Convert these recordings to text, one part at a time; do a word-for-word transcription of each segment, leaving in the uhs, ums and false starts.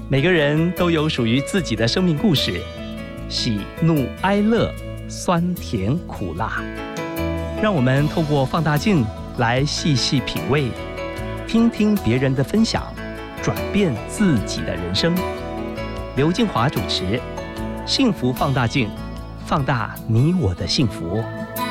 每个人都有属于自己的生命故事，喜怒哀乐，酸甜苦辣。让我们透过放大镜来细细品味，听听别人的分享，转变自己的人生。刘静华主持《幸福放大镜》，放大你我的幸福。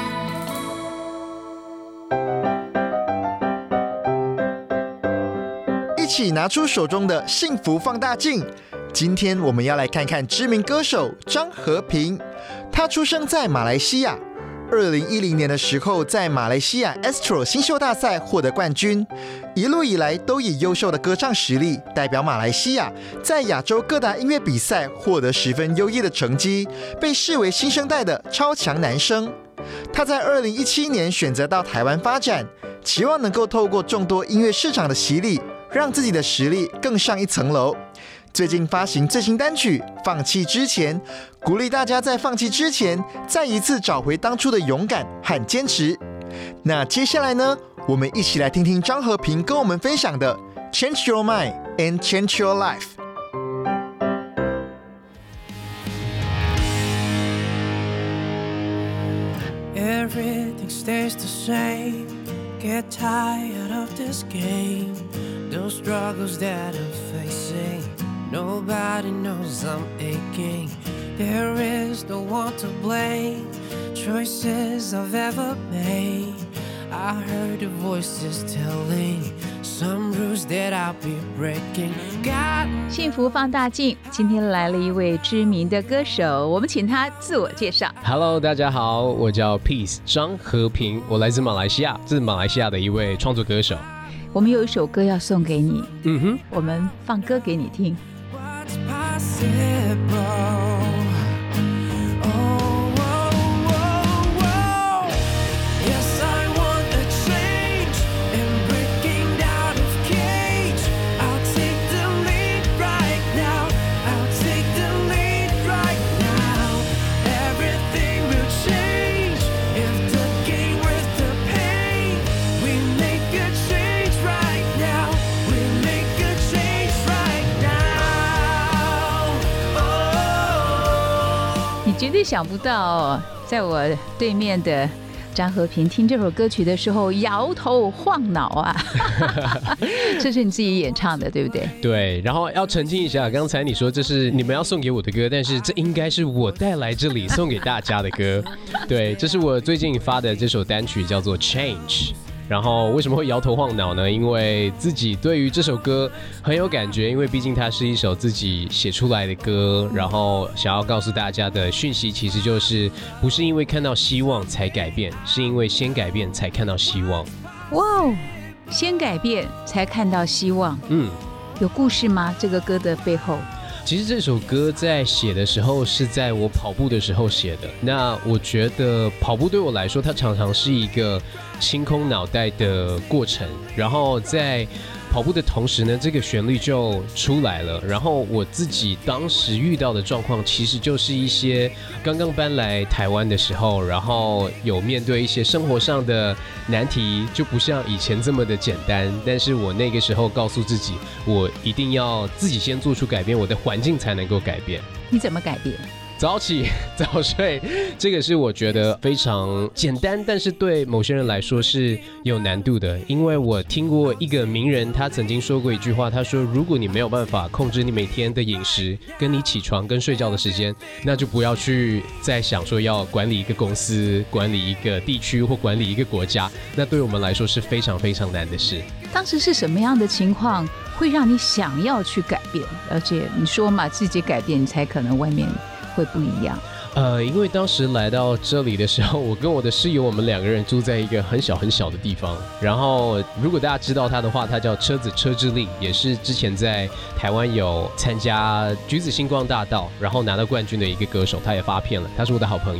一起拿出手中的幸福放大镜。今天我们要来看看知名歌手张和平。他出生在马来西亚，二零一零年的时候在马来西亚 Astro 新秀大赛获得冠军，一路以来都以优秀的歌唱实力代表马来西亚在亚洲各大音乐比赛获得十分优异的成绩，被视为新生代的超强男声。他在二零一七年选择到台湾发展，期望能够透过众多音乐市场的洗礼，让自己的实力更上一层楼。最近发行最新单曲《放弃之前》，鼓励大家在放弃之前再一次找回当初的勇敢和坚持。那接下来呢，我们一起来听听张和平跟我们分享的 Change Your Mind and Change Your Life。 Everything stays the same. Get tired of this game. Those struggles that I'm facing, nobody knows I'm aching. There is no one to blame. Choices I've ever made, I heard the voices telling some rules that I'll be breaking. God 幸福放大镜，今天来了一位知名的歌手，我们请他自我介绍。 Hello， 大家好，我叫 Peace 张和平，我来自马来西亚，这是马来西亚的一位创作歌手。 我们有一首歌要送给你， 嗯哼， 我们放歌给你听。 What's possible? Oh, oh, oh, oh. Yes, I want a change and breaking out of cage. I'll take the lead right now. I'll take the lead right now. Everything will change if the gain worth the pain. We make a change right now. We make a change right now. Oh. 你绝对想不到哦，在我对面的张和平听这首歌曲的时候摇头晃脑啊。这是你自己演唱的对不对？ 对，然后要澄清一下，刚才你说这是你们要送给我的歌，但是这应该是我带来这里送给大家的歌。对，这是我最近发的这首单曲，叫做 Change。然后为什么会摇头晃脑呢？因为自己对于这首歌很有感觉，因为毕竟它是一首自己写出来的歌，然后想要告诉大家的讯息其实就是不是因为看到希望才改变，是因为先改变才看到希望。 哇哦，先改变才看到希望。 嗯， 有故事吗？这个歌的背后？ 其实这首歌在写的时候是在我跑步的时候写的。那我觉得跑步对我来说，它常常是一个清空脑袋的过程。然后在跑步的同时呢，这个旋律就出来了。然后我自己当时遇到的状况，其实就是一些刚刚搬来台湾的时候，然后有面对一些生活上的难题，就不像以前这么的简单。但是我那个时候告诉自己，我一定要自己先做出改变，我的环境才能够改变。 你怎么改变？ 早起早睡，这个是我觉得非常简单，但是对某些人来说是有难度的。因为我听过一个名人，他曾经说过一句话，他说如果你没有办法控制你每天的饮食跟你起床跟睡觉的时间，那就不要去再想说要管理一个公司，管理一个地区或管理一个国家，那对我们来说是非常非常难的事。 当时是什么样的情况会让你想要去改变？而且你说嘛，自己改变你才可能外面会不一样。 呃，因为当时来到这里的时候，我跟我的室友，我们两个人住在一个很小很小的地方。然后，如果大家知道他的话，他叫车子车之力，也是之前在台湾有参加橘子星光大道，然后拿到冠军的一个歌手。他也发片了，他是我的好朋友。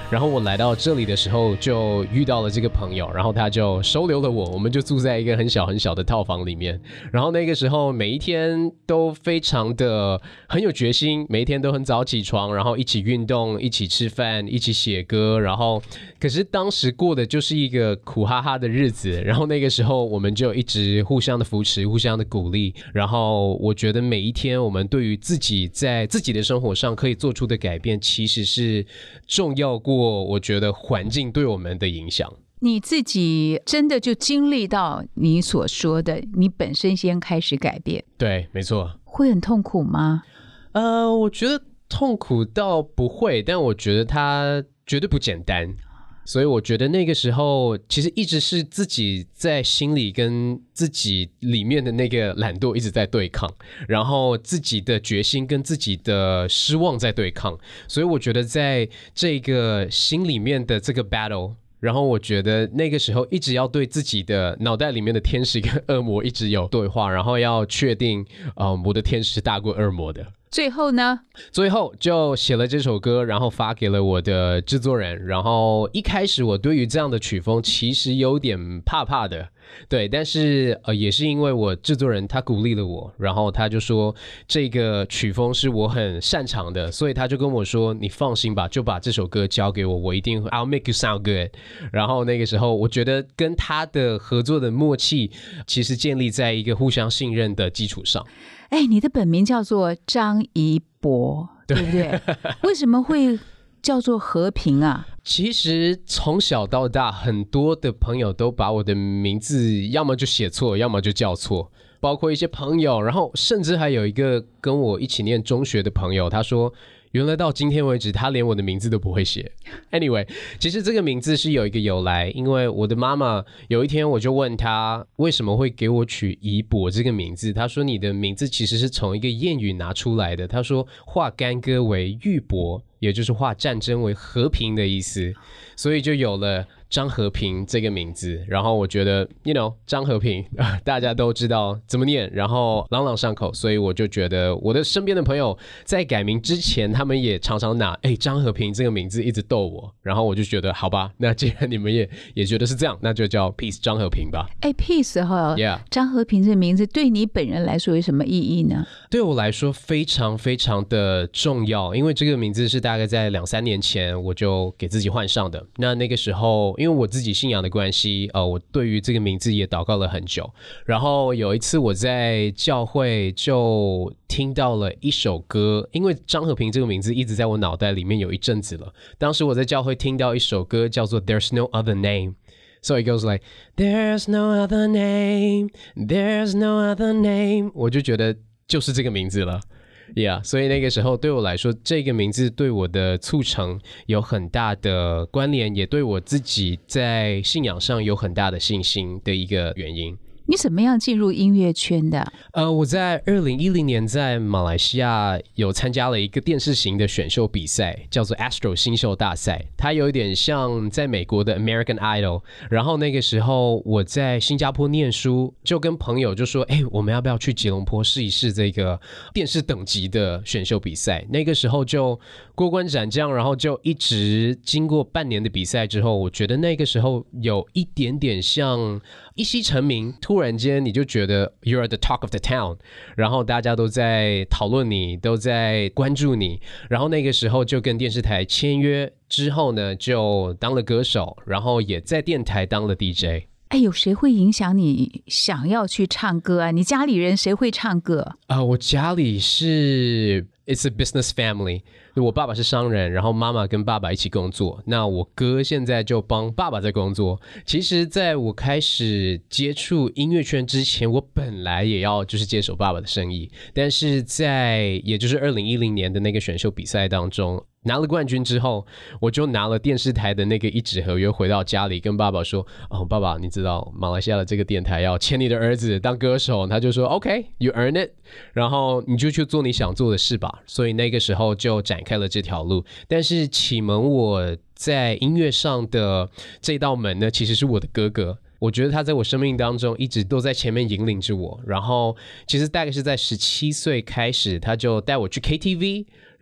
然后我来到这里的时候就遇到了这个朋友，然后他就收留了我，我们就住在一个很小很小的套房里面。然后那个时候每一天都非常的很有决心，每一天都很早起床，然后一起运动，一起吃饭，一起写歌。然后可是当时过的就是一个苦哈哈的日子，然后那个时候我们就一直互相的扶持，互相的鼓励。然后我觉得每一天我们对于自己在自己的生活上可以做出的改变，其实是重要过我觉得环境对我们的影响。 你自己真的就经历到你所说的，你本身先开始改变， 对，没错。 会很痛苦吗？ 呃，我觉得痛苦倒不会，但我觉得它绝对不简单。所以我觉得那个时候其实一直是自己在心里跟自己里面的那个懒惰一直在对抗，然后自己的决心跟自己的失望在对抗。所以我觉得在这个心里面的这个 battle，然后我觉得那个时候一直要对自己的脑袋里面的天使跟恶魔一直有对话，然后要确定，嗯，我的天使大过恶魔的。 最后呢？ 最后就写了这首歌，然后发给了我的制作人。然后一开始我对于这样的曲风其实有点怕怕的，对，但是呃也是因为我制作人他鼓励了我，然后他就说这个曲风是我很擅长的，所以他就跟我说你放心吧，就把这首歌交给我，我一定 I'll make you sound good。然后那个时候我觉得跟他的合作的默契其实建立在一个互相信任的基础上。 哎，你的本名叫做张怡博，对不对？为什么会叫做和平啊？ 其实从小到大，很多的朋友都把我的名字要么就写错，要么就叫错，包括一些朋友，然后甚至还有一个跟我一起念中学的朋友，他说原来到今天为止他连我的名字都不会写。 Anyway， 其实这个名字是有一个由来，因为我的妈妈有一天我就问她为什么会给我取怡博这个名字，她说你的名字其实是从一个谚语拿出来的，她说化干戈为玉帛，也就是化战争为和平的意思，所以就有了张和平这个名字。然后我觉得 you know 张和平大家都知道怎么念，然后朗朗上口，所以我就觉得我的身边的朋友在改名之前他们也常常拿哎张和平这个名字一直逗我，然后我就觉得好吧，那既然你们也也觉得是这样，那就叫 Peace 张和平吧。 哎 Peace 哈、 yeah. 张和平这个名字对你本人来说有什么意义呢？ 对我来说非常非常的重要，因为这个名字是大概在两三年前我就给自己换上的。那那个时候因为我自己信仰的关系，呃，我对于这个名字也祷告了很久。然后有一次我在教会就听到了一首歌，因为张和平这个名字一直在我脑袋里面有一阵子了。当时我在教会听到一首歌叫做 There's No Other Name，So it goes like There's no other name, There's no other name， 我就觉得就是这个名字了。Yeah， 所以那个时候对我来说，这个名字对我的促成有很大的关联，也对我自己在信仰上有很大的信心的一个原因。 你怎么样进入音乐圈的？ 呃，我在二零一零年在马来西亚有参加了一个电视型的选秀比赛，叫做 Astro 新秀大赛。它有一点像在美国的 American Idol。然后那个时候我在新加坡念书，就跟朋友就说，哎，我们要不要去吉隆坡试一试这个电视等级的选秀比赛？那个时候就过关斩将，然后就一直经过半年的比赛之后，我觉得那个时候有一点点像一夕成名，突然间你就觉得 you're the talk of the town， 然后大家都在讨论你，都在关注你，然后那个时候就跟电视台签约，之后呢就当了歌手，然后也在电台当了 D J。 哎，有谁会影响你想要去唱歌啊？你家里人谁会唱歌啊、呃？我家里是 it's a business family， 我爸爸是商人，然后妈妈跟爸爸一起工作，那我哥现在就帮爸爸在工作。其实在我开始接触音乐圈之前，我本来也要就是接手爸爸的生意，但是在也就是二零一零年的那个选秀比赛当中拿了冠军之后，我就拿了电视台的那个一纸合约回到家里，跟爸爸说，哦，爸爸，你知道马来西亚的这个电台要签你的儿子当歌手，他就说 OK you earn it， 然后你就去做你想做的事吧。所以那个时候就展开了这条路。但是启蒙我在音乐上的这道门呢，其实是我的哥哥。我觉得他在我生命当中一直都在前面引领着我，然后其实大概是在十七岁开始，他就带我去 K T V，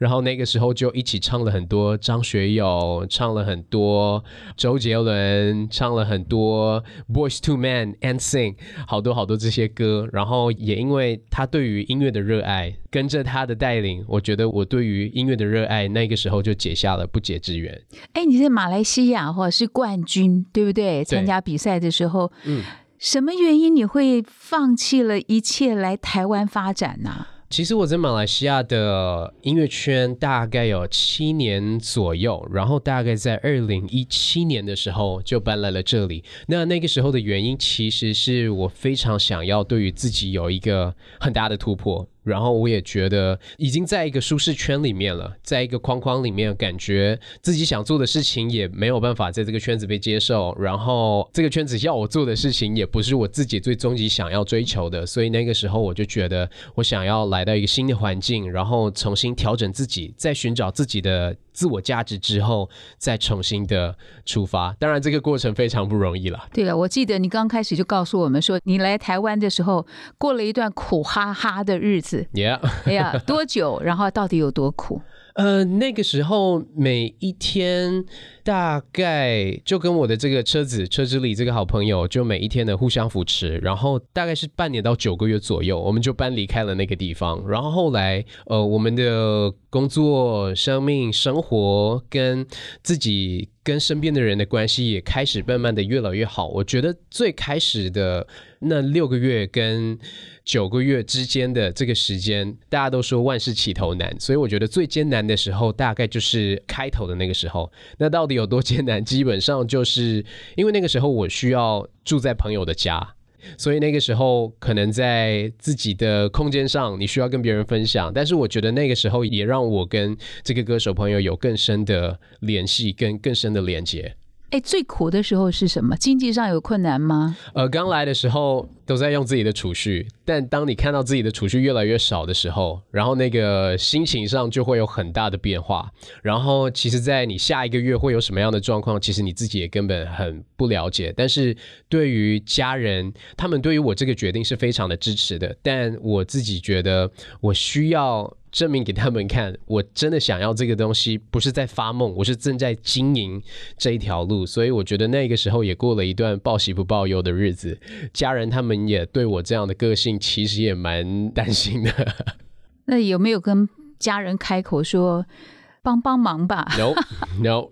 然后那个时候就一起唱了很多张学友，唱了很多周杰伦，唱了很多 Boyz two Men、N Sync， 好多好多这些歌。然后也因为他对于音乐的热爱，跟着他的带领，我觉得我对于音乐的热爱那个时候就结下了不解之缘。 哎，你在马来西亚或者是冠军，对不对？参加比赛的时候，嗯，什么原因你会放弃了一切来台湾发展呢？ 其实我在马来西亚的音乐圈大概有七年左右，然后大概在二零一七年的时候就搬来了这里。那那个时候的原因其实是我非常想要对于自己有一个很大的突破，然后我也觉得已经在一个舒适圈里面了，在一个框框里面，感觉自己想做的事情也没有办法在这个圈子被接受，然后这个圈子要我做的事情也不是我自己最终极想要追求的，所以那个时候我就觉得我想要来到一个新的环境，然后重新调整自己，在寻找自己的自我价值之后再重新的出发。当然这个过程非常不容易了。 对了，我记得你刚开始就告诉我们说你来台湾的时候过了一段苦哈哈的日子。 Yeah 哎呀，多久？然后到底有多苦？ 呃，那个时候每一天大概就跟我的这个车子车之里这个好朋友就每一天的互相扶持，然后大概是半年到九个月左右，我们就搬离开了那个地方。然后后来呃，我们的工作、生命、生活跟自己跟身边的人的关系也开始慢慢的越来越好。我觉得最开始的那六个月跟九个月之间的这个时间，大家都说万事起头难，所以我觉得最艰难的时候大概就是开头的那个时候。那到底有多艰难？基本上就是因为那个时候我需要住在朋友的家，所以那个时候可能在自己的空间上你需要跟别人分享，但是我觉得那个时候也让我跟这个歌手朋友有更深的联系跟更深的连接。 哎，最苦的时候是什么？经济上有困难吗？ 呃，刚来的时候都在用自己的储蓄，但当你看到自己的储蓄越来越少的时候，然后那个心情上就会有很大的变化。然后其实在你下一个月会有什么样的状况，其实你自己也根本很不了解。但是对于家人，他们对于我这个决定是非常的支持的，但我自己觉得我需要证明给他们看，我真的想要这个东西，不是在发梦，我是正在经营这一条路。所以我觉得那个时候也过了一段报喜不报忧的日子，家人他们也对我这样的个性其实也蛮担心的。 那有没有跟家人开口说帮帮忙吧？ No No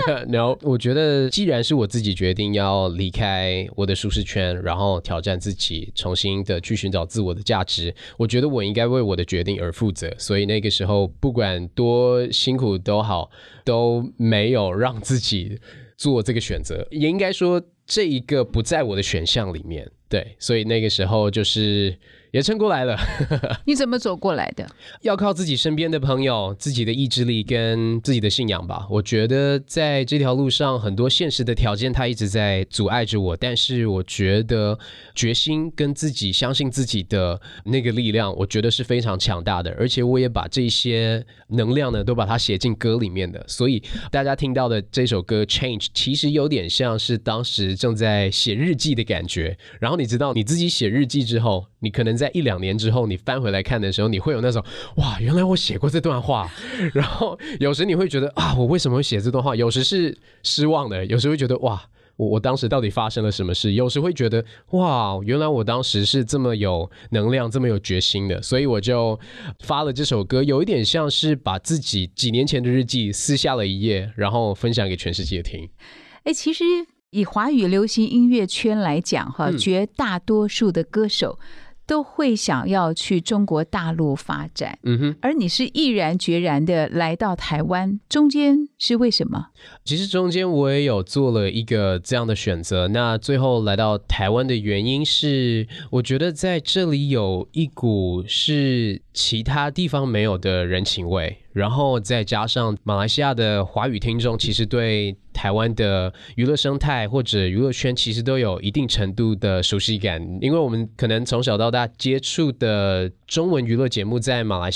No 我觉得既然是我自己决定要离开我的舒适圈，然后挑战自己，重新的去寻找自我的价值，我觉得我应该为我的决定而负责。所以那个时候不管多辛苦都好，都没有让自己做这个选择，也应该说这一个不在我的选项里面。对，所以那个时候就是也撑过来了。 你怎么走过来的？ 要靠自己身边的朋友、自己的意志力跟自己的信仰吧。我觉得在这条路上，很多现实的条件它一直在阻碍着我，但是我觉得决心跟自己相信自己的那个力量，我觉得是非常强大的。而且我也把这些能量呢，都把它写进歌里面的。所以大家听到的这首歌《Change》，其实有点像是当时正在写日记的感觉。然后你知道，你自己写日记之后，你可能在一两年之后你翻回来看的时候，你会有那种哇，原来我写过这段话。然后有时你会觉得啊，我为什么会写这段话？有时是失望的，有时会觉得哇，我我当时到底发生了什么事？有时会觉得哇，原来我当时是这么有能量、这么有决心的。所以我就发了这首歌，有一点像是把自己几年前的日记撕下了一页，然后分享给全世界听。 哎，其实以华语流行音乐圈来讲哈、嗯，绝大多数的歌手都会想要去中国大陆发展，嗯哼，而你是毅然决然的来到台湾，中间是为什么？ 其实中间我也有做了一个这样的选择，那最后来到台湾的原因是，我觉得在这里有一股是其他地方没有的人情味，然后再加上马来西亚的华语听众其实对台湾的娱乐生态或者娱乐圈其实都有一定程度的熟悉感，因为我们可能从小到大接触的中文娱乐节目在马来西亚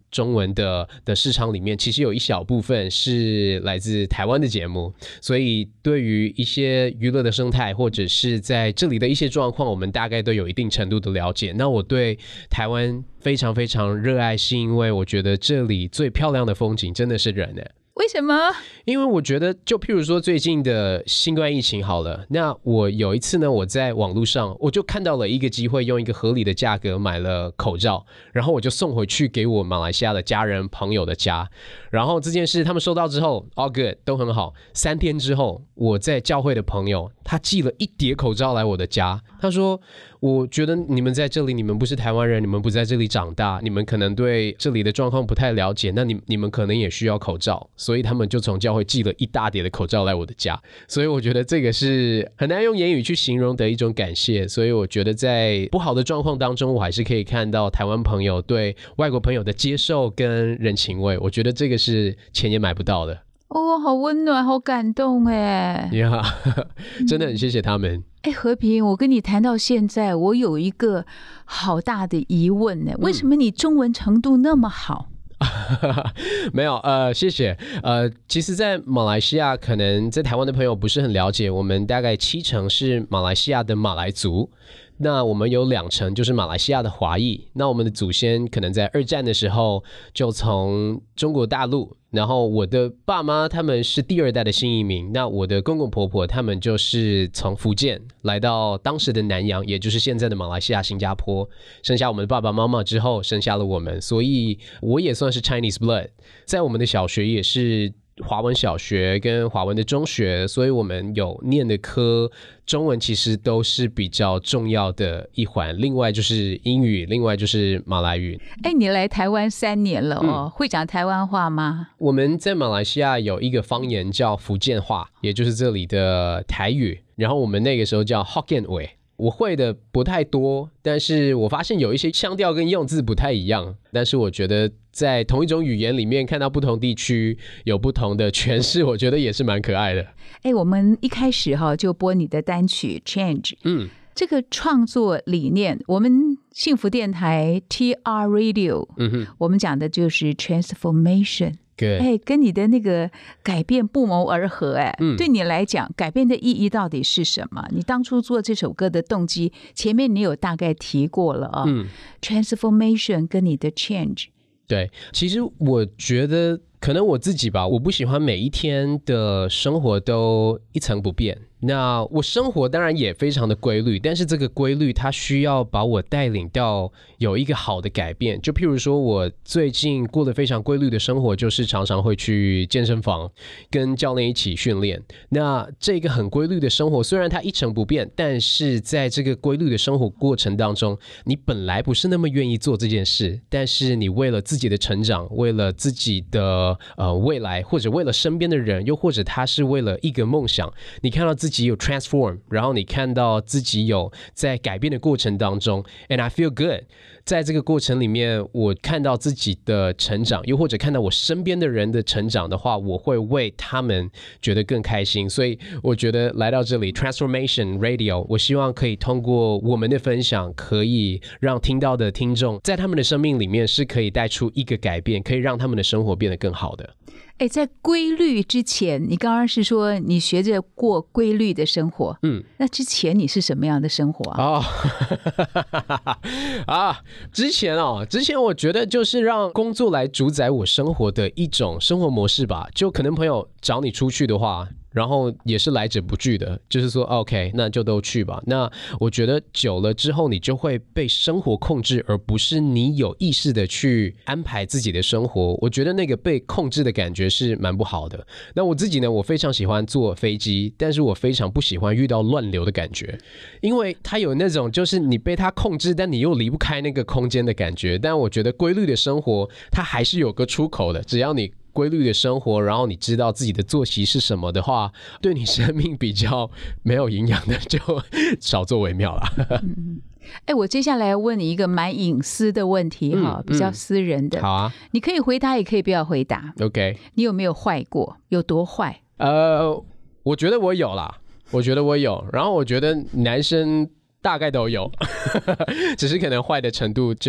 中文的的市场里面，其实有一小部分是来自台湾的节目，所以对于一些娱乐的生态或者是在这里的一些状况，我们大概都有一定程度的了解。那我对台湾非常非常热爱，是因为我觉得这里最漂亮的风景真的是人呢。 为什么？ 因为我觉得，就譬如说最近的新冠疫情好了，那我有一次呢，我在网络上我就看到了一个机会，用一个合理的价格买了口罩，然后我就送回去给我马来西亚的家人朋友的家。然后这件事他们收到之后 all good 都很好。三天之后，我在教会的朋友他寄了一叠口罩来我的家，他说我觉得你们在这里，你们不是台湾人，你们不在这里长大，你们可能对这里的状况不太了解，那 你, 你们可能也需要口罩，所以他们就从教会寄了一大叠的口罩来我的家。所以我觉得这个是很难用言语去形容的一种感谢。所以我觉得在不好的状况当中，我还是可以看到台湾朋友对外国朋友的接受跟人情味，我觉得这个是钱也买不到的。 哦，好温暖，好感动哎！ 呀、yeah, 真的很谢谢他们。 哎，和平，我跟你谈到现在，我有一个好大的疑问呢，为什么你中文程度那么好？ 没有，呃，谢谢。呃，其实，在马来西亚，可能在台湾的朋友不是很了解，我们大概七成是马来西亚的马来族。那我们有两成就是马来西亚的华裔，那我们的祖先可能在二战的时候就从中国大陆，然后我的爸妈他们是第二代的新移民，那我的公公婆婆他们就是从福建来到当时的南洋，也就是现在的马来西亚、新加坡，生下我们的爸爸妈妈之后生下了我们，所以我也算是 Chinese blood。 在我们的小学也是华文小学跟华文的中学，所以我们有念的科中文其实都是比较重要的一环，另外就是英语，另外就是马来语。 哎，你来台湾三年了哦、嗯，会讲台湾话吗？ 我们在马来西亚有一个方言叫福建话，也就是这里的台语，然后我们那个时候叫 Hokkien 话。我会的不太多，但是我发现有一些腔调跟用字不太一样，但是我觉得在同一种语言里面看到不同地区有不同的诠释，我觉得也是蛮可爱的。 哎，我们一开始哈就播你的单曲 Change， 嗯，这个创作理念，我们幸福电台 T R Radio， 嗯哼，我们讲的就是 Transformation。哎，跟你的那个改变不谋而合哎、嗯，对你来讲，改变的意义到底是什么？你当初做这首歌的动机，前面你有大概提过了啊、哦嗯、，Transformation 跟你的 Change。 对，其实我觉得可能我自己吧，我不喜欢每一天的生活都一成不变。那我生活当然也非常的规律，但是这个规律它需要把我带领到有一个好的改变。就譬如说我最近过得非常规律的生活，就是常常会去健身房跟教练一起训练。那这个很规律的生活虽然它一成不变，但是在这个规律的生活过程当中，你本来不是那么愿意做这件事，但是你为了自己的成长，为了自己的呃未来，或者为了身边的人，又或者他是为了一个梦想，你看到自己自己有 transform， 然后你看到自己有在改变的过程当中 and I feel good。 在这个过程里面，我看到自己的成长，又或者看到我身边的人的成长的话，我会为他们觉得更开心。所以我觉得来到这里 Transformation Radio， 我希望可以通过我们的分享，可以让听到的听众在他们的生命里面是可以带出一个改变，可以让他们的生活变得更好的。 哎，在规律之前，你刚刚是说你学着过规律的生活，嗯，那之前你是什么样的生活啊？ 哦，啊，之前哦，之前我觉得就是让工作来主宰我生活的一种生活模式吧。就可能朋友找你出去的话，然后也是来者不拒的，就是说 OK， 那就都去吧。那我觉得久了之后，你就会被生活控制，而不是你有意识的去安排自己的生活。我觉得那个被控制的感觉是蛮不好的。那我自己呢，我非常喜欢坐飞机，但是我非常不喜欢遇到乱流的感觉，因为它有那种就是你被它控制，但你又离不开那个空间的感觉。但我觉得规律的生活，它还是有个出口的，只要你规律的生活，然后你知道自己的作息是什么的话，对你生命比较没有营养的就少做为妙啦。 嗯，哎，我接下来问你一个蛮隐私的问题哈、嗯，比较私人的、嗯。好啊，你可以回答，也可以不要回答。 OK， 你有没有坏过？有多坏？ 呃，我觉得我有啦，我觉得我有。然后我觉得男生大概都有，只是可能坏的程度就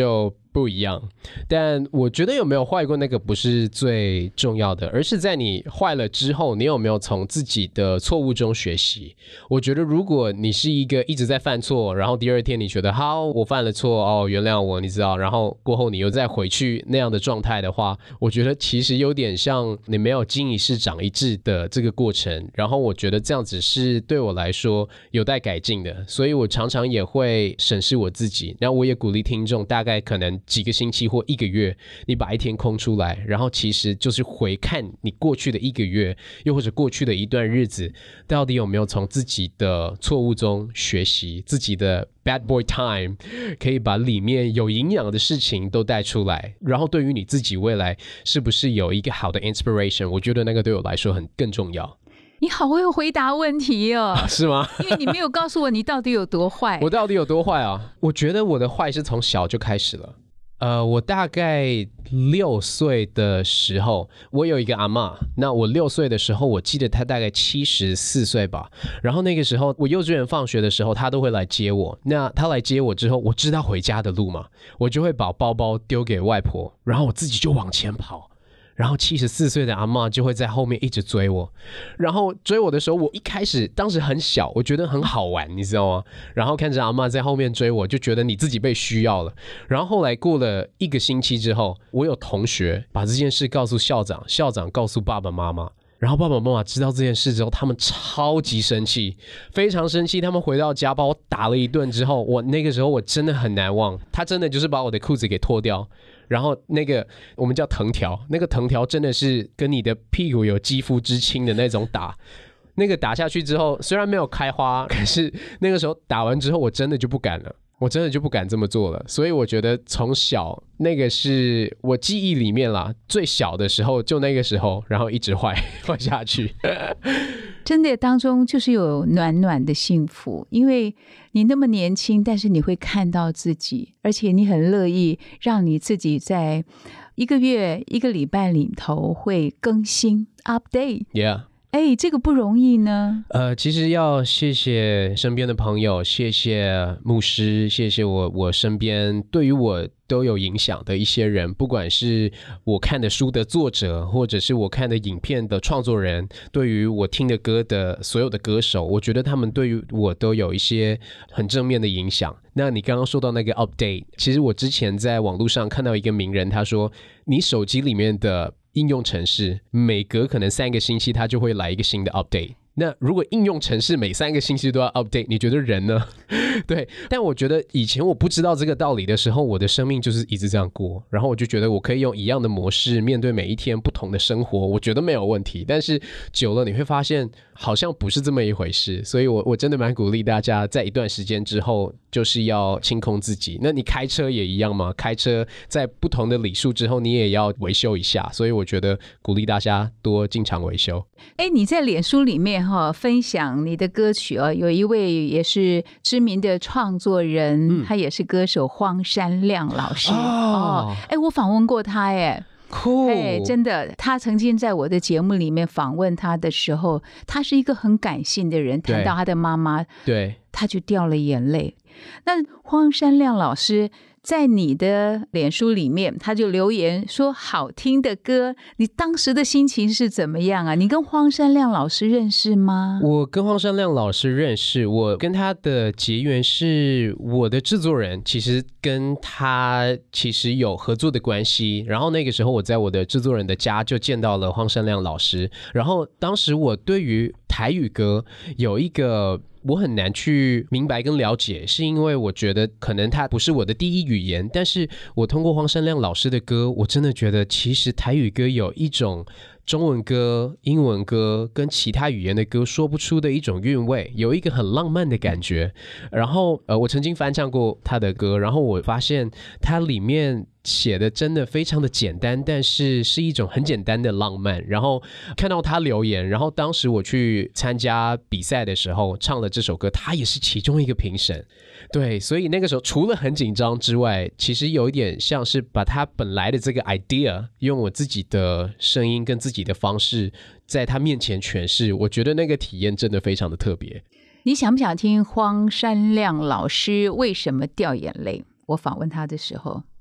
不一样，但我觉得有没有坏过那个不是最重要的，而是在你坏了之后，你有没有从自己的错误中学习。我觉得如果你是一个一直在犯错，然后第二天你觉得好我犯了错哦原谅我，你知道，然后过后你又再回去那样的状态的话，我觉得其实有点像你没有经一事长一智的这个过程，然后我觉得这样子是对我来说有待改进的，所以我常常也会审视我自己。那我也鼓励听众大概可能几个星期或一个月，你把一天空出来，然后其实就是回看你过去的一个月，又或者过去的一段日子，到底有没有从自己的错误中学习，自己的 bad boy time 可以把里面有营养的事情都带出来，然后对于你自己未来是不是有一个好的 inspiration， 我觉得那个对我来说很更重要。 你好会回答问题哦， 是吗？ 因为你没有告诉我你到底有多坏。 我到底有多坏啊？我觉得我的坏是从小就开始了。呃，我大概六岁的时候，我有一个阿嬷。那我六岁的时候，我记得她大概七十四岁吧。然后那个时候，我幼稚园放学的时候，她都会来接我。那她来接我之后，我知道回家的路嘛，我就会把包包丢给外婆，然后我自己就往前跑。然后七十四岁的阿嬷就会在后面一直追我，然后追我的时候，我一开始当时很小，我觉得很好玩，你知道吗？然后看着阿嬷在后面追我，就觉得你自己被需要了。然后后来过了一个星期之后，我有同学把这件事告诉校长，校长告诉爸爸妈妈。然后爸爸妈妈知道这件事之后，他们超级生气，非常生气。他们回到家把我打了一顿之后，我那个时候我真的很难忘。他真的就是把我的裤子给脱掉，然后那个我们叫藤条，那个藤条真的是跟你的屁股有肌肤之亲的那种打。那个打下去之后，虽然没有开花，可是那个时候打完之后，我真的就不敢了。我真的就不敢这么做了，所以我觉得从小那个是我记忆里面啦，最小的时候就那个时候，然后一直坏坏下去。 真的当中就是有暖暖的幸福，因为你那么年轻，但是你会看到自己，而且你很乐意让你自己在一个月、一个礼拜里头会更新 update。Yeah。哎，这个不容易呢。 呃，其实要谢谢身边的朋友，谢谢牧师，谢谢我我身边对于我都有影响的一些人，不管是我看的书的作者，或者是我看的影片的创作人，对于我听的歌的所有的歌手，我觉得他们对于我都有一些很正面的影响。那你刚刚说到那个 update， 其实我之前在网络上看到一个名人，他说你手机里面的应用程式每隔可能三个星期它就会来一个新的 update， 那如果应用程式每三个星期都要 update， 你觉得人呢？对，但我觉得以前我不知道这个道理的时候，我的生命就是一直这样过，然后我就觉得我可以用一样的模式面对每一天不同的生活，我觉得没有问题。但是久了你会发现好像不是这么一回事，所以我我真的蛮鼓励大家在一段时间之后就是要清空自己。那你开车也一样吗？开车在不同的里数之后你也要维修一下，所以我觉得鼓励大家多经常维修。 哎，你在脸书里面哈分享你的歌曲哦，有一位也是知名的创作人，嗯、他也是歌手荒山亮老师哦。哎、哦，我访问过他哎。 酷， 哎，真的，他曾经在我的节目里面访问他的时候，他是一个很感性的人，谈到他的妈妈， 对， 他就掉了眼泪。那荒山亮老师在你的脸书里面，他就留言说好听的歌，你当时的心情是怎么样啊？你跟荒山亮老师认识吗？ 我跟荒山亮老师认识，我跟他的结缘是我的制作人其实跟他其实有合作的关系，然后那个时候我在我的制作人的家就见到了荒山亮老师，然后当时我对于台语歌有一个我很难去明白跟了解，是因为我觉得可能它不是我的第一语言，但是我通过荒山亮老师的歌，我真的觉得其实台语歌有一种中文歌、英文歌跟其他语言的歌说不出的一种韵味，有一个很浪漫的感觉。然后呃，我曾经翻唱过他的歌，然后我发现它里面写的真的非常的简单，但是是一种很简单的浪漫。然后看到他留言，然后当时我去参加比赛的时候唱了这首歌，他也是其中一个评审。对，所以那个时候除了很紧张之外，其实有一点像是把他本来的这个 idea 用我自己的声音跟自己的方式在他面前诠释，我觉得那个体验真的非常的特别。 你想不想听荒山亮老师为什么掉眼泪？我访问他的时候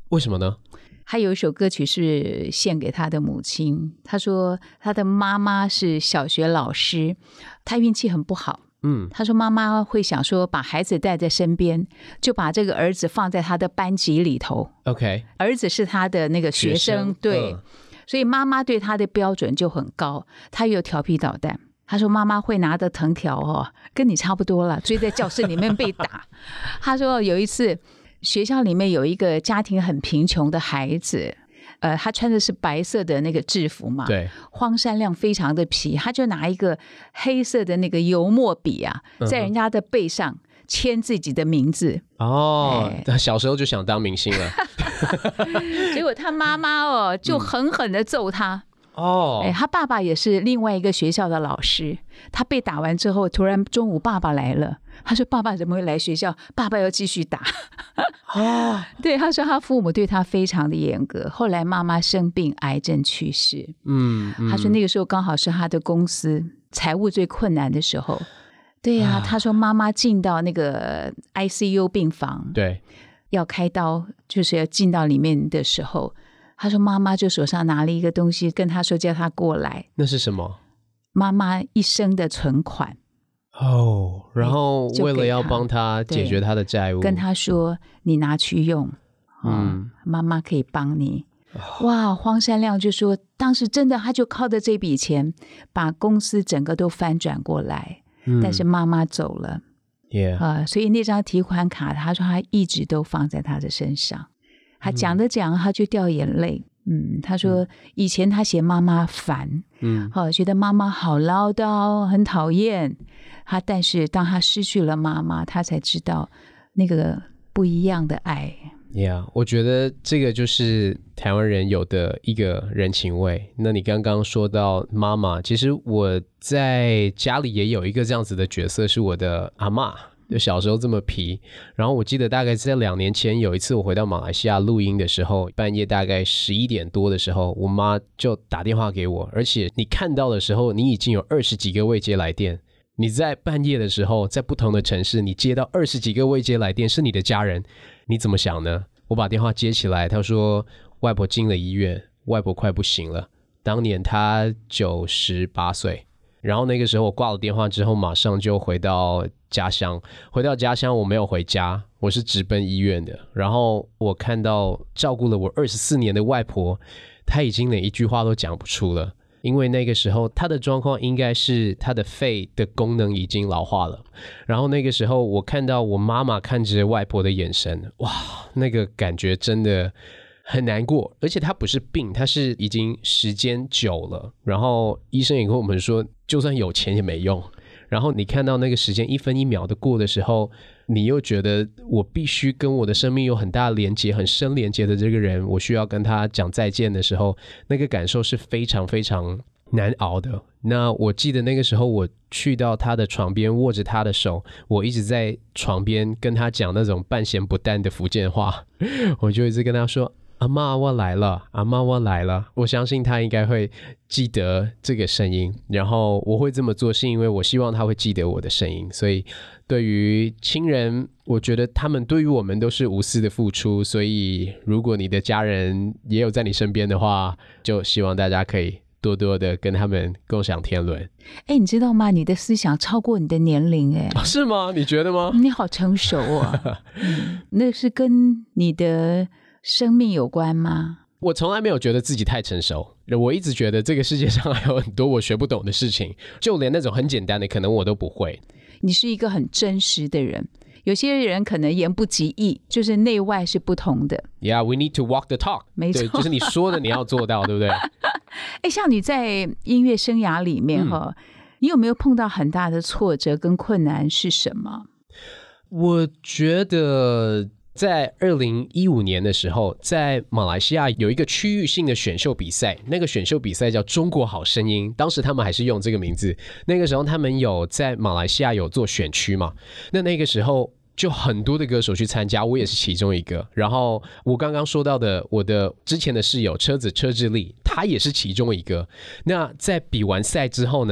为什么呢？ 他有一首歌曲是献给他的母亲，他说他的妈妈是小学老师，他运气很不好。嗯，他说妈妈会想说把孩子带在身边，就把这个儿子放在他的班级里头。 OK， 儿子是他的那个学生，学生对、嗯，所以妈妈对他的标准就很高，他又调皮捣蛋。他说妈妈会拿着藤条哦，跟你差不多了，追在教室里面被打。他说有一次学校里面有一个家庭很贫穷的孩子，呃，他穿的是白色的那个制服嘛， 对， 荒山亮非常的皮，他就拿一个黑色的那个油墨笔啊，在人家的背上签自己的名字。 哦，他小时候就想当明星了。 结果他妈妈哦，就狠狠的揍他。 哦， 哎，他爸爸也是另外一个学校的老师，他被打完之后，突然中午爸爸来了，他说爸爸怎么会来学校？爸爸要继续打。哦，对，他说他父母对他非常的严格，后来妈妈生病癌症去世。嗯，嗯他说那个时候刚好是他的公司财务最困难的时候。对呀、啊啊，他说妈妈进到那个 I C U 病房， 对， 要开刀，就是要进到里面的时候。他说妈妈就手上拿了一个东西跟他说叫他过来。 那是什么？ 妈妈一生的存款。 哦，然后为了要帮他解决他的债务， 跟他说你拿去用，嗯，妈妈可以帮你。哇，荒山亮就说当时真的他就靠着这笔钱把公司整个都翻转过来、嗯、但是妈妈走了、 yeah. 呃、所以那张提款卡他说他一直都放在他的身上。他讲着讲他就掉眼泪。嗯，他说以前他嫌妈妈烦，嗯、哦，觉得妈妈好唠叨，很讨厌他。但是当他失去了妈妈，他才知道那个不一样的爱。 Yeah， 我觉得这个就是台湾人有的一个人情味。那你刚刚说到妈妈，其实我在家里也有一个这样子的角色，是我的阿嬷。就小时候这么皮，然后我记得大概在两年前有一次我回到马来西亚录音的时候，半夜大概十一点多的时候，我妈就打电话给我，而且你看到的时候你已经有二十几个未接来电。你在半夜的时候在不同的城市你接到二十几个未接来电是你的家人，你怎么想呢？我把电话接起来，她说外婆进了医院，外婆快不行了，当年她九十八岁。然后那个时候我挂了电话之后马上就回到家乡，回到家乡我没有回家，我是直奔医院的。然后我看到照顾了我二十四年的外婆，她已经连一句话都讲不出了，因为那个时候她的状况应该是她的肺的功能已经老化了。然后那个时候我看到我妈妈看着外婆的眼神，哇，那个感觉真的很难过，而且他不是病，他是已经时间久了，然后医生也跟我们说就算有钱也没用。然后你看到那个时间一分一秒的过的时候，你又觉得我必须跟我的生命有很大连结，很深连结的这个人，我需要跟他讲再见的时候，那个感受是非常非常难熬的。那我记得那个时候我去到他的床边，握着他的手，我一直在床边跟他讲那种半咸不淡的福建话，我就一直跟他说阿嬷我来了，阿嬷我来了。我相信他应该会记得这个声音，然后我会这么做是因为我希望他会记得我的声音。所以对于亲人，我觉得他们对于我们都是无私的付出，所以如果你的家人也有在你身边的话，就希望大家可以多多的跟他们共享天伦。 哎，你知道吗？你的思想超过你的年龄，哎、 哦，是吗？你觉得吗？ 你好成熟哦、嗯、那是跟你的生命有关吗？ 我从来没有觉得自己太成熟，我一直觉得这个世界上还有很多我学不懂的事情，就连那种很简单的可能我都不会。 你是一个很真实的人，有些人可能言不及义，就是内外是不同的。 Yeah, we need to walk the talk。 没错， 对，就是你说的你要做到，对不对？ 哎，像你在音乐生涯里面、嗯、你有没有碰到很大的挫折跟困难是什么？ 我觉得在二零一五年的时候，在马来西亚有一个区域性的选秀比赛，那个选秀比赛叫中国好声音，当时他们还是用这个名字。那个时候他们有在马来西亚有做选区嘛，那那个时候就很多的歌手去参加，我也是其中一个。然后我刚刚说到的我的之前的室友车子车智立，他也是其中一个。那在比完赛之后呢，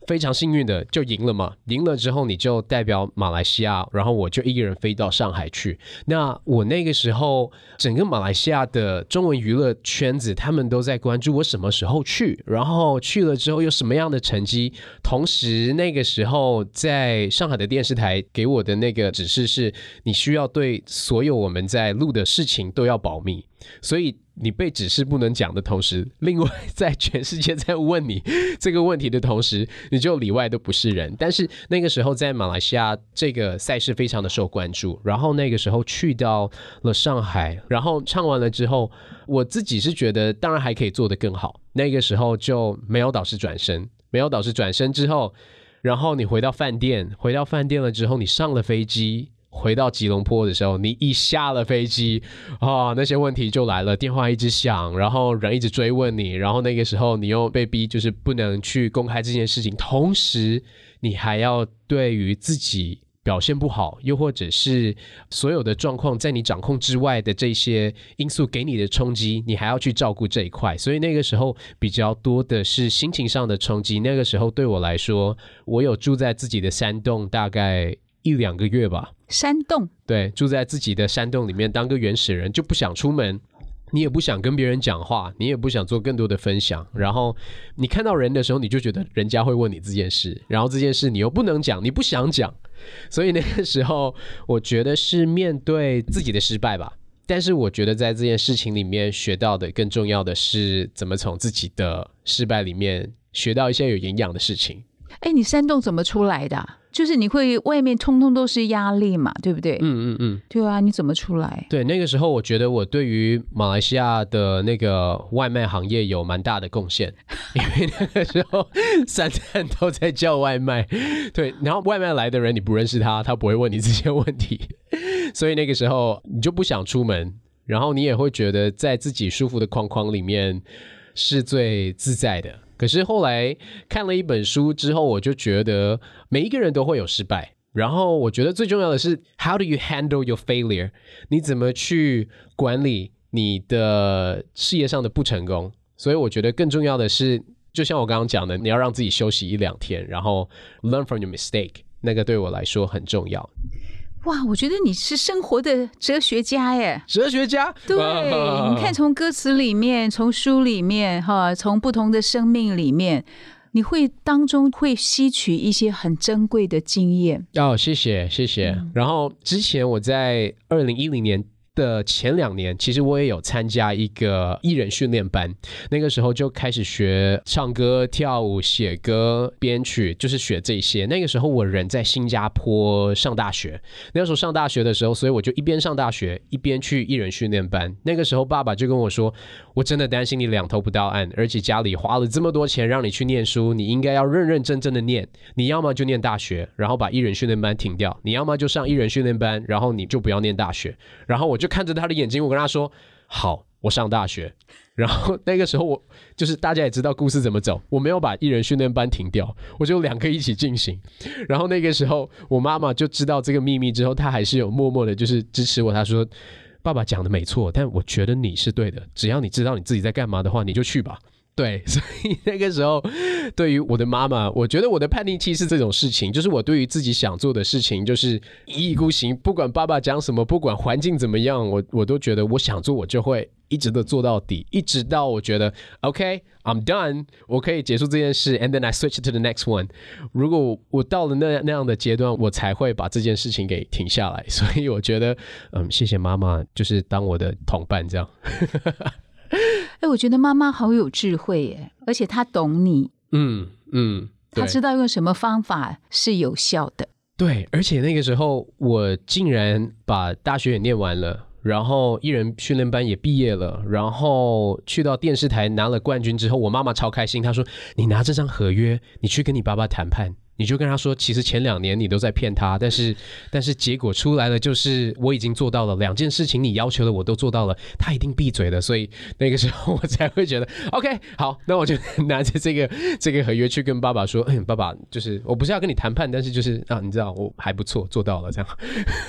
非常幸运的就赢了嘛，赢了之后你就代表马来西亚，然后我就一个人飞到上海去。那我那个时候整个马来西亚的中文娱乐圈子他们都在关注我什么时候去，然后去了之后有什么样的成绩。同时那个时候在上海的电视台给我的那个指示是，你需要对所有我们在录的事情都要保密，所以你被指示不能讲的同时，另外在全世界在问你这个问题的同时，你就里外都不是人。但是那个时候在马来西亚这个赛事非常的受关注，然后那个时候去到了上海，然后唱完了之后，我自己是觉得当然还可以做得更好。那个时候就没有导师转身，没有导师转身之后，然后你回到饭店，回到饭店了之后，你上了飞机回到吉隆坡的时候，你一下了飞机啊，那些问题就来了，电话一直响，然后人一直追问你，然后那个时候你又被逼就是不能去公开这件事情，同时你还要对于自己表现不好，又或者是所有的状况在你掌控之外的这些因素给你的冲击，你还要去照顾这一块，所以那个时候比较多的是心情上的冲击。那个时候对我来说，我有住在自己的山洞大概一两个月吧。 山洞？ 对，住在自己的山洞里面当个原始人，就不想出门，你也不想跟别人讲话，你也不想做更多的分享，然后你看到人的时候，你就觉得人家会问你这件事，然后这件事你又不能讲，你不想讲，所以那个时候我觉得是面对自己的失败吧。但是我觉得在这件事情里面学到的更重要的是怎么从自己的失败里面学到一些有营养的事情。 哎，你山洞怎么出来的啊？就是你会外面通通都是压力嘛，对不对？ 嗯嗯嗯， 对啊，你怎么出来？ 对，那个时候我觉得我对于马来西亚的那个外卖行业有蛮大的贡献，因为那个时候三餐都在叫外卖，对，然后外卖来的人你不认识他，他不会问你这些问题，所以那个时候你就不想出门，然后你也会觉得在自己舒服的框框里面是最自在的。可是后来看了一本书之后，我就觉得每一个人都会有失败，然后我觉得最重要的是 How do you handle your failure？ 你怎么去管理你的事业上的不成功？所以我觉得更重要的是，就像我刚刚讲的，你要让自己休息一两天，然后 learn from your mistake， 那个对我来说很重要。 哇，我觉得你是生活的哲学家耶！ 哲学家， 对， 啊、 你看从歌词里面，从书里面，哈，从不同的生命里面，你会当中会吸取一些很珍贵的经验。 哦，谢谢谢谢、嗯。然后之前我在二零一零年的前两年，其实我也有参加一个艺人训练班，那个时候就开始学唱歌、跳舞、写歌、编曲，就是学这些。那个时候我人在新加坡上大学，那个时候上大学的时候，所以我就一边上大学一边去艺人训练班。那个时候爸爸就跟我说，我真的担心你两头不到岸，而且家里花了这么多钱让你去念书，你应该要认认真真的念，你要么就念大学，然后把艺人训练班停掉，你要么就上艺人训练班，然后你就不要念大学。然后我就看着他的眼睛，我跟他说好，我上大学。然后那个时候我就是大家也知道故事怎么走，我没有把艺人训练班停掉，我就两个一起进行。然后那个时候我妈妈就知道这个秘密之后，她还是有默默的就是支持我，她说爸爸讲的没错，但我觉得你是对的，只要你知道你自己在干嘛的话，你就去吧。对，所以那个时候对于我的妈妈，我觉得我的叛逆期是这种事情，就是我对于自己想做的事情就是一意孤行，不管爸爸讲什么，不管环境怎么样，我我都觉得我想做我就会一直的做到底，一直到我觉得 OK I'm done， 我可以结束这件事 and then I switch to the next one。 如果我到了那那样的阶段，我才会把这件事情给停下来。所以我觉得嗯，谢谢妈妈，就是当我的同伴这样。 哎，我觉得妈妈好有智慧耶，而且她懂你， 嗯嗯， 她知道用什么方法是有效的。 对，而且那个时候我竟然把大学也念完了，然后艺人训练班也毕业了，然后去到电视台拿了冠军之后，我妈妈超开心，她说你拿这张合约，你去跟你爸爸谈判，你就跟他说其实前两年你都在骗他，但是但是结果出来了，就是我已经做到了两件事情，你要求的我都做到了，他一定闭嘴的。所以那个时候我才会觉得 OK 好，那我就拿着这个这个合约去跟爸爸说，嗯，爸爸就是我不是要跟你谈判，但是就是啊，你知道我还不错，做到了这样。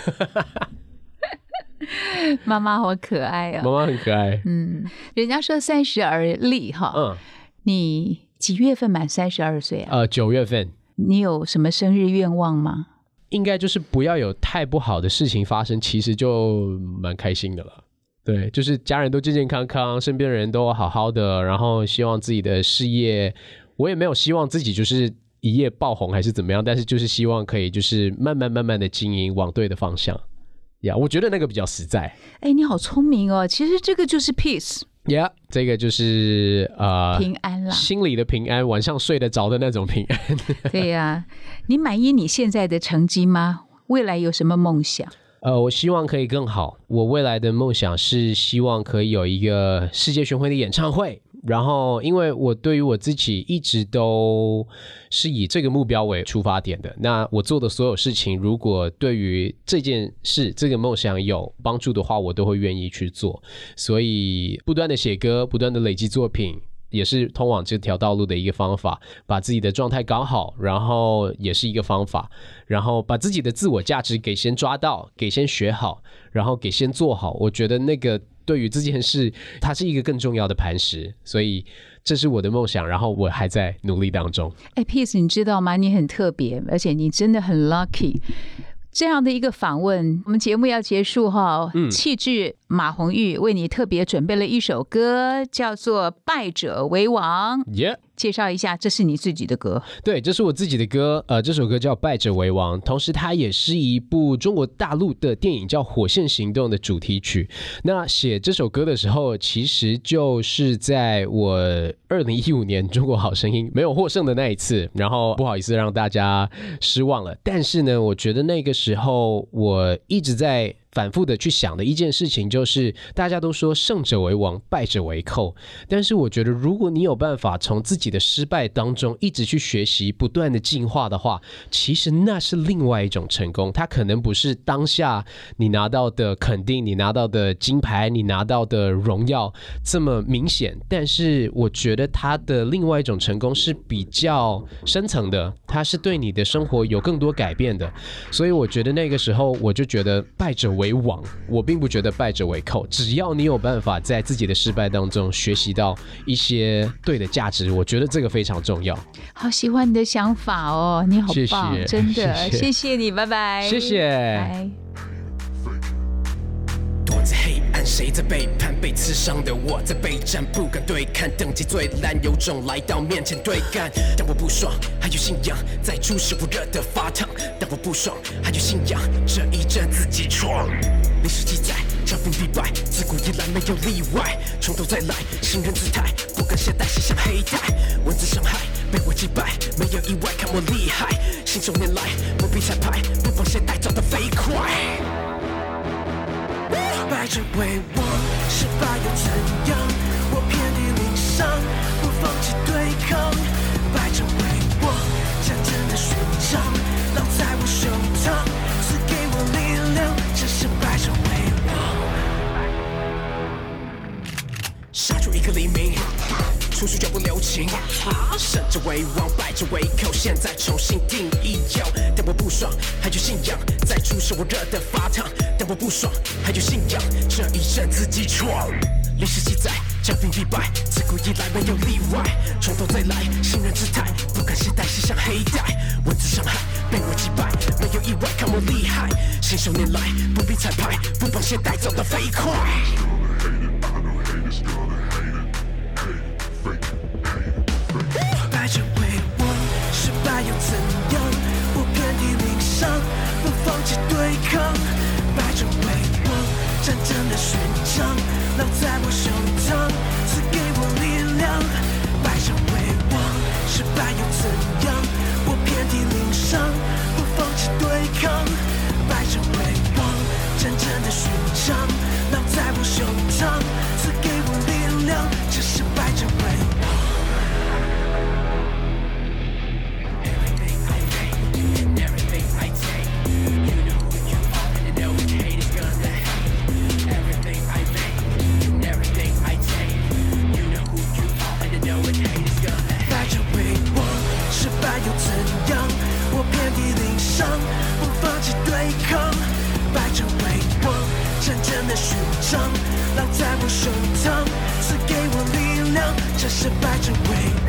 妈妈好可爱啊！ 妈妈很可爱。 嗯，人家说三十而立哈，嗯，你几月份满三十二岁啊？ 呃，九月份。 你有什么生日愿望吗？ 应该就是不要有太不好的事情发生，其实就蛮开心的了。对，就是家人都健健康康，身边的人都好好的，然后希望自己的事业，我也没有希望自己就是一夜爆红还是怎么样，但是就是希望可以就是慢慢慢慢的经营，往对的方向。呀、yeah, 我觉得那个比较实在。 哎，你好聪明哦！其实这个就是 peace。 Yeah， 这个就是呃平安啦， 心里的平安，晚上睡得着的那种平安。 对呀、啊，你满意你现在的成绩吗？未来有什么梦想？ 呃，我希望可以更好。我未来的梦想是希望可以有一个世界巡回的演唱会。然后，因为我对于我自己一直都是以这个目标为出发点的，那我做的所有事情，如果对于这件事、这个梦想有帮助的话，我都会愿意去做。所以，不断的写歌，不断的累积作品，也是通往这条道路的一个方法。把自己的状态搞好，然后也是一个方法。然后把自己的自我价值给先抓到，给先学好，然后给先做好。我觉得那个对于这件事，它是一个更重要的磐石。所以这是我的梦想，然后我还在努力当中。 哎 ，Peace， 你知道吗？你很特别，而且你真的很 lucky。这样的一个访问，我们节目要结束哈。嗯，气质马红玉为你特别准备了一首歌，叫做《败者为王》。 Yeah。 介绍一下，这是你自己的歌。 对，这是我自己的歌。呃，这首歌叫《败者为王》，同时它也是一部中国大陆的电影叫《火线行动》的主题曲。那写这首歌的时候，其实就是在我二零一五年中国好声音没有获胜的那一次，然后不好意思让大家失望了。但是呢，我觉得那个时候我一直在反复的去想的一件事情，就是大家都说胜者为王，败者为寇。但是我觉得，如果你有办法从自己的失败当中一直去学习，不断的进化的话，其实那是另外一种成功。它可能不是当下你拿到的肯定，你拿到的金牌，你拿到的荣耀这么明显，但是我觉得它的另外一种成功是比较深层的，它是对你的生活有更多改变的。所以我觉得那个时候我就觉得败者为王，我并不觉得败者为寇。只要你有办法在自己的失败当中学习到一些对的价值，我觉得这个非常重要。 好喜欢你的想法哦，你好棒， 谢谢真的， 谢谢谢谢你，拜拜， 谢谢。 拜。 躲在黑暗，谁在背叛？被刺伤的我在备战，不敢对看，等级最烂，有种来到面前对干。但我不爽，还有信仰，在注视我热得发烫。但我不爽，还有信仰，这一战自己闯。历史记载，骄兵必败，自古以来没有例外。从头再来，新人姿态，不敢懈怠，心像黑带。文字伤害，被我击败，没有意外，看我厉害。信手拈来，不必彩排，不放懈怠，走得飞快。败者为王，失败又怎样？我遍体鳞伤，不放弃对抗。败者为王，战争的勋章烙在我胸膛，赐给我力量，这是败者为王。杀出一个黎明，处处脚步留情。胜者为王，败者为寇，现在重新定义。但我不爽，还有信仰，在注视我热得发烫。但我不爽，还有信仰，这一战自己闯。历史记载，骄兵必败，自古以来没有例外。从头再来，新人姿态，不敢懈怠，心像黑带。文字伤害，被我击败，没有意外，看我厉害。信手拈来，不必彩排，不放懈怠，走得飞快。败者为王，失败又怎样？我遍体鳞伤，不放弃对抗。败者为王，战争的勋章烙在我胸膛，赐给我力量。败者为王，失败又怎样？我遍体鳞伤，不放弃对抗。败者为王，战争的勋章烙在我胸膛，赐给我力量。这是败者为王。又怎样？我遍体鳞伤，不放弃对抗。败者为王，战争的勋章烙在我胸膛，赐给我力量，这是败者为王。